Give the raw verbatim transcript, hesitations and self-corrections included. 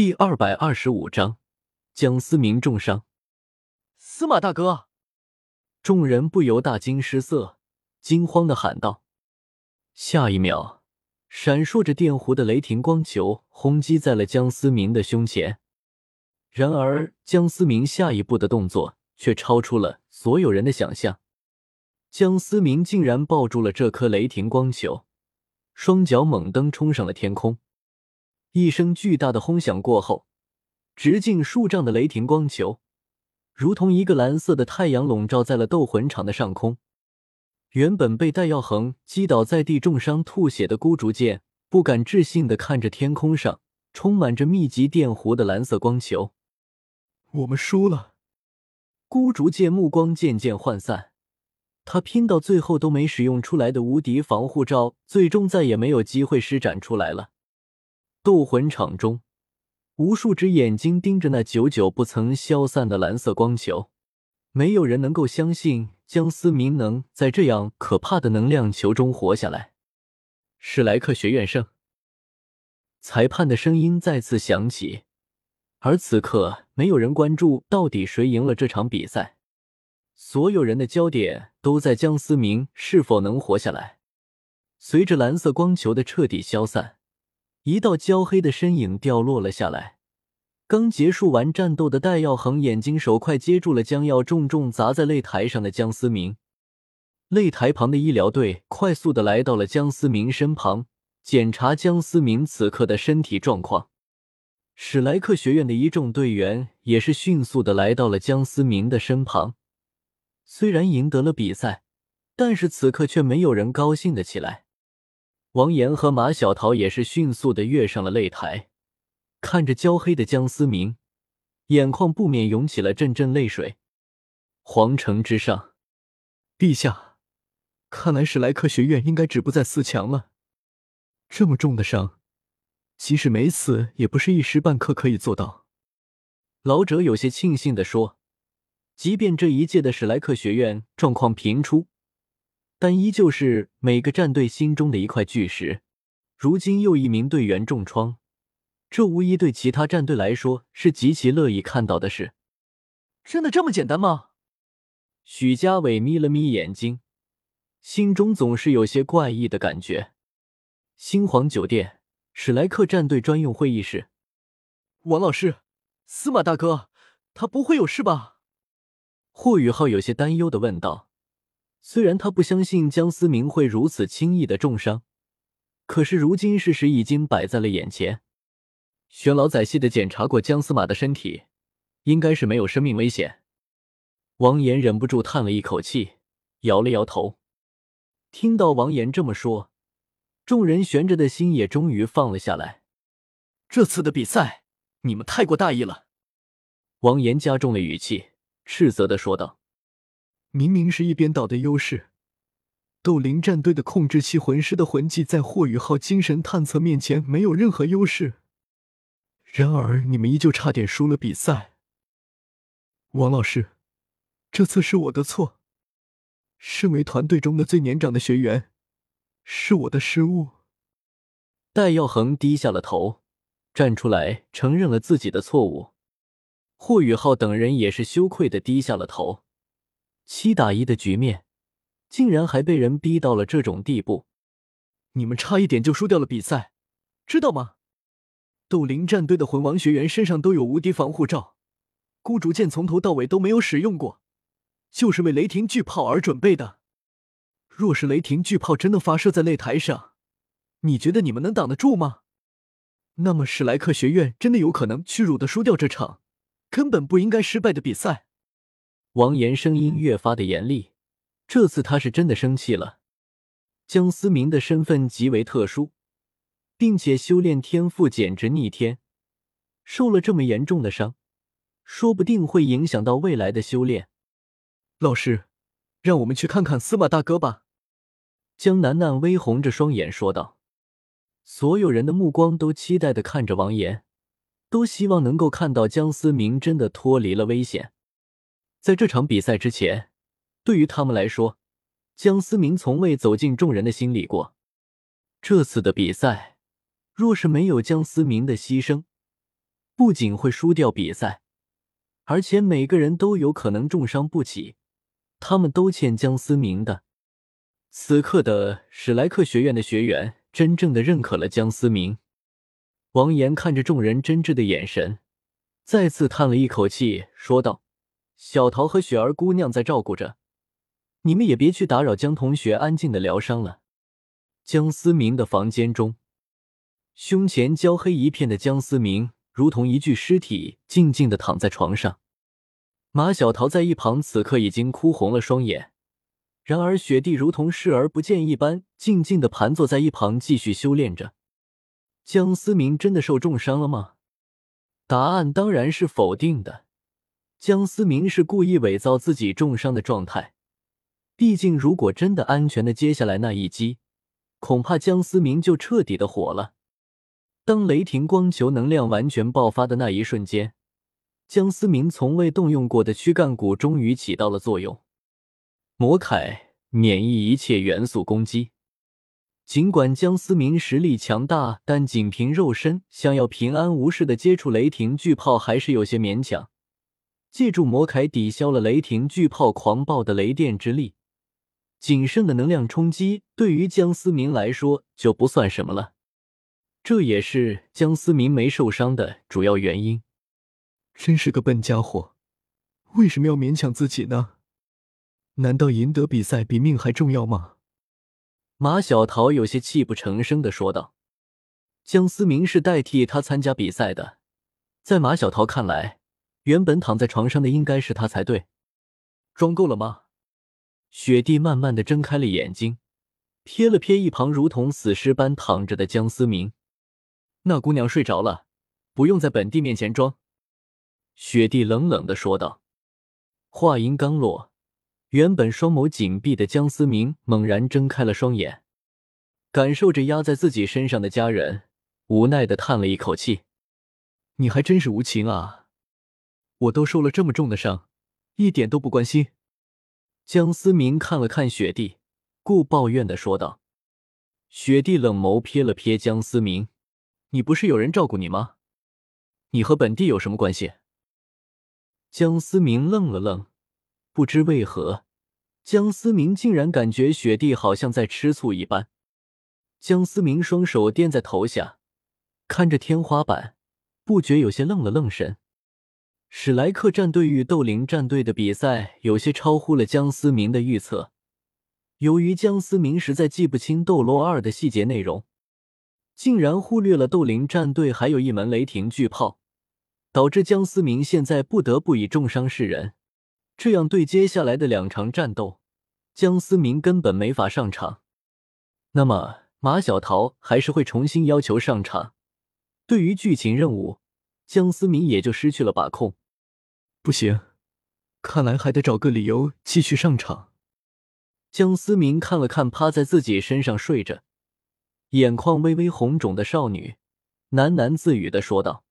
第二百二十五章，江思明重伤。 司马大哥！ 众人不由大惊失色，惊慌地喊道。下一秒，闪烁着电弧的雷霆光球轰击在了江思明的胸前。然而，江思明下一步的动作却超出了所有人的想象。江思明竟然抱住了这颗雷霆光球，双脚猛蹬冲上了天空。一声巨大的轰响过后，直径数丈的雷霆光球如同一个蓝色的太阳笼罩在了斗魂场的上空。原本被戴耀恒击倒在地重伤吐血的孤竹剑不敢置信地看着天空上充满着密集电弧的蓝色光球。 我们输了。 孤竹剑目光渐渐涣散，他拼到最后都没使用出来的无敌防护罩最终再也没有机会施展出来了。斗魂场中，无数只眼睛盯着那久久不曾消散的蓝色光球，没有人能够相信江思明能在这样可怕的能量球中活下来。史莱克学院胜。裁判的声音再次响起，而此刻没有人关注到底谁赢了这场比赛，所有人的焦点都在江思明是否能活下来。随着蓝色光球的彻底消散，一道焦黑的身影掉落了下来。刚结束完战斗的戴耀恒眼睛手快接住了将要重重砸在擂台上的江思明。擂台旁的医疗队快速地来到了江思明身旁，检查江思明此刻的身体状况。史莱克学院的一众队员也是迅速地来到了江思明的身旁。虽然赢得了比赛，但是此刻却没有人高兴得起来。王岩和马小桃也是迅速地跃上了擂台，看着焦黑的江思明，眼眶不免涌起了阵阵泪水。皇城之上， 陛下，看来史莱克学院应该止步在四强了。这么重的伤，即使没死也不是一时半刻可以做到。 老者有些庆幸地说，即便这一届的史莱克学院状况频出，但依旧是每个战队心中的一块巨石。如今又一名队员重创，这无疑对其他战队来说是极其乐意看到的事。 真的这么简单吗？ 许家伟眯了眯眼睛，心中总是有些怪异的感觉。星皇酒店，史莱克战队专用会议室。 王老师，司马大哥，他不会有事吧？ 霍宇浩有些担忧地问道。虽然他不相信江思明会如此轻易的重伤，可是如今事实已经摆在了眼前。玄老仔细地检查过江司马的身体，应该是没有生命危险。王岩忍不住叹了一口气，摇了摇头。听到王岩这么说，众人悬着的心也终于放了下来。 这次的比赛，你们太过大意了。 王岩加重了语气，斥责地说道。 明明是一边倒的优势，斗灵战队的控制器魂师的魂技在霍宇浩精神探测面前没有任何优势，然而你们依旧差点输了比赛。王老师，这次是我的错，身为团队中的最年长的学员，是我的失误。 戴耀恒低下了头，站出来承认了自己的错误。霍宇浩等人也是羞愧地低下了头。七打一的局面，竟然还被人逼到了这种地步。 你们差一点就输掉了比赛，知道吗？斗灵战队的魂王学员身上都有无敌防护罩，孤竹剑从头到尾都没有使用过，就是为雷霆巨炮而准备的。若是雷霆巨炮真的发射在擂台上，你觉得你们能挡得住吗？那么史莱克学院真的有可能屈辱地输掉这场根本不应该失败的比赛。 王岩声音越发的严厉，这次他是真的生气了。江思明的身份极为特殊，并且修炼天赋简直逆天，受了这么严重的伤，说不定会影响到未来的修炼。 老师，让我们去看看司马大哥吧。 江楠楠微红着双眼说道。所有人的目光都期待地看着王岩，都希望能够看到江思明真的脱离了危险。在这场比赛之前，对于他们来说，江思明从未走进众人的心里过。这次的比赛，若是没有江思明的牺牲， 不仅会输掉比赛，而且每个人都有可能重伤不起，他们都欠江思明的。此刻的史莱克学院的学员真正的认可了江思明。王岩看着众人真挚的眼神，再次叹了一口气，说道：小桃和雪儿姑娘在照顾着，你们也别去打扰江同学安静的疗伤了。江思明的房间中，胸前焦黑一片的江思明如同一具尸体，静静地躺在床上。马小桃在一旁此刻已经哭红了双眼，然而雪地如同视而不见一般，静静地盘坐在一旁继续修炼着。江思明真的受重伤了吗？答案当然是否定的。江思明是故意伪造自己重伤的状态，毕竟如果真的安全的接下来那一击，恐怕江思明就彻底的火了。当雷霆光球能量完全爆发的那一瞬间，江思明从未动用过的躯干骨终于起到了作用。魔铠免疫一切元素攻击。尽管江思明实力强大，但仅凭肉身想要平安无事的接触雷霆巨炮还是有些勉强。借助魔铠抵消了雷霆巨炮狂暴的雷电之力，仅剩的能量冲击对于江思明来说就不算什么了。这也是江思明没受伤的主要原因。 真是个笨家伙，为什么要勉强自己呢？难道赢得比赛比命还重要吗？ 马小桃有些泣不成声地说道。江思明是代替他参加比赛的，在马小桃看来，原本躺在床上的应该是他才对。装够了吗？雪地慢慢地睁开了眼睛，瞥了瞥一旁如同死尸般躺着的江思明。那姑娘睡着了，不用在本地面前装。雪地冷冷地说道。话音刚落，原本双眸紧闭的江思明猛然睁开了双眼，感受着压在自己身上的家人，无奈地叹了一口气。 你还真是无情啊！我都受了这么重的伤，一点都不关心。 江思明看了看雪地，故抱怨地说道。雪地冷眸瞥了瞥江思明，你不是有人照顾你吗？你和本地有什么关系？江思明愣了愣，不知为何，江思明竟然感觉雪地好像在吃醋一般。江思明双手垫在头下，看着天花板，不觉有些愣了愣神。史莱克战队与斗灵战队的比赛有些超乎了江思明的预测，由于江思明实在记不清斗罗二的细节内容，竟然忽略了斗灵战队还有一门雷霆巨炮，导致江思明现在不得不以重伤示人。这样对接下来的两场战斗，江思明根本没法上场。那么马小桃还是会重新要求上场，对于剧情任务，江思明也就失去了把控。 不行，看来还得找个理由继续上场。 江思明看了看趴在自己身上睡着，眼眶微微红肿的少女，喃喃自语地说道。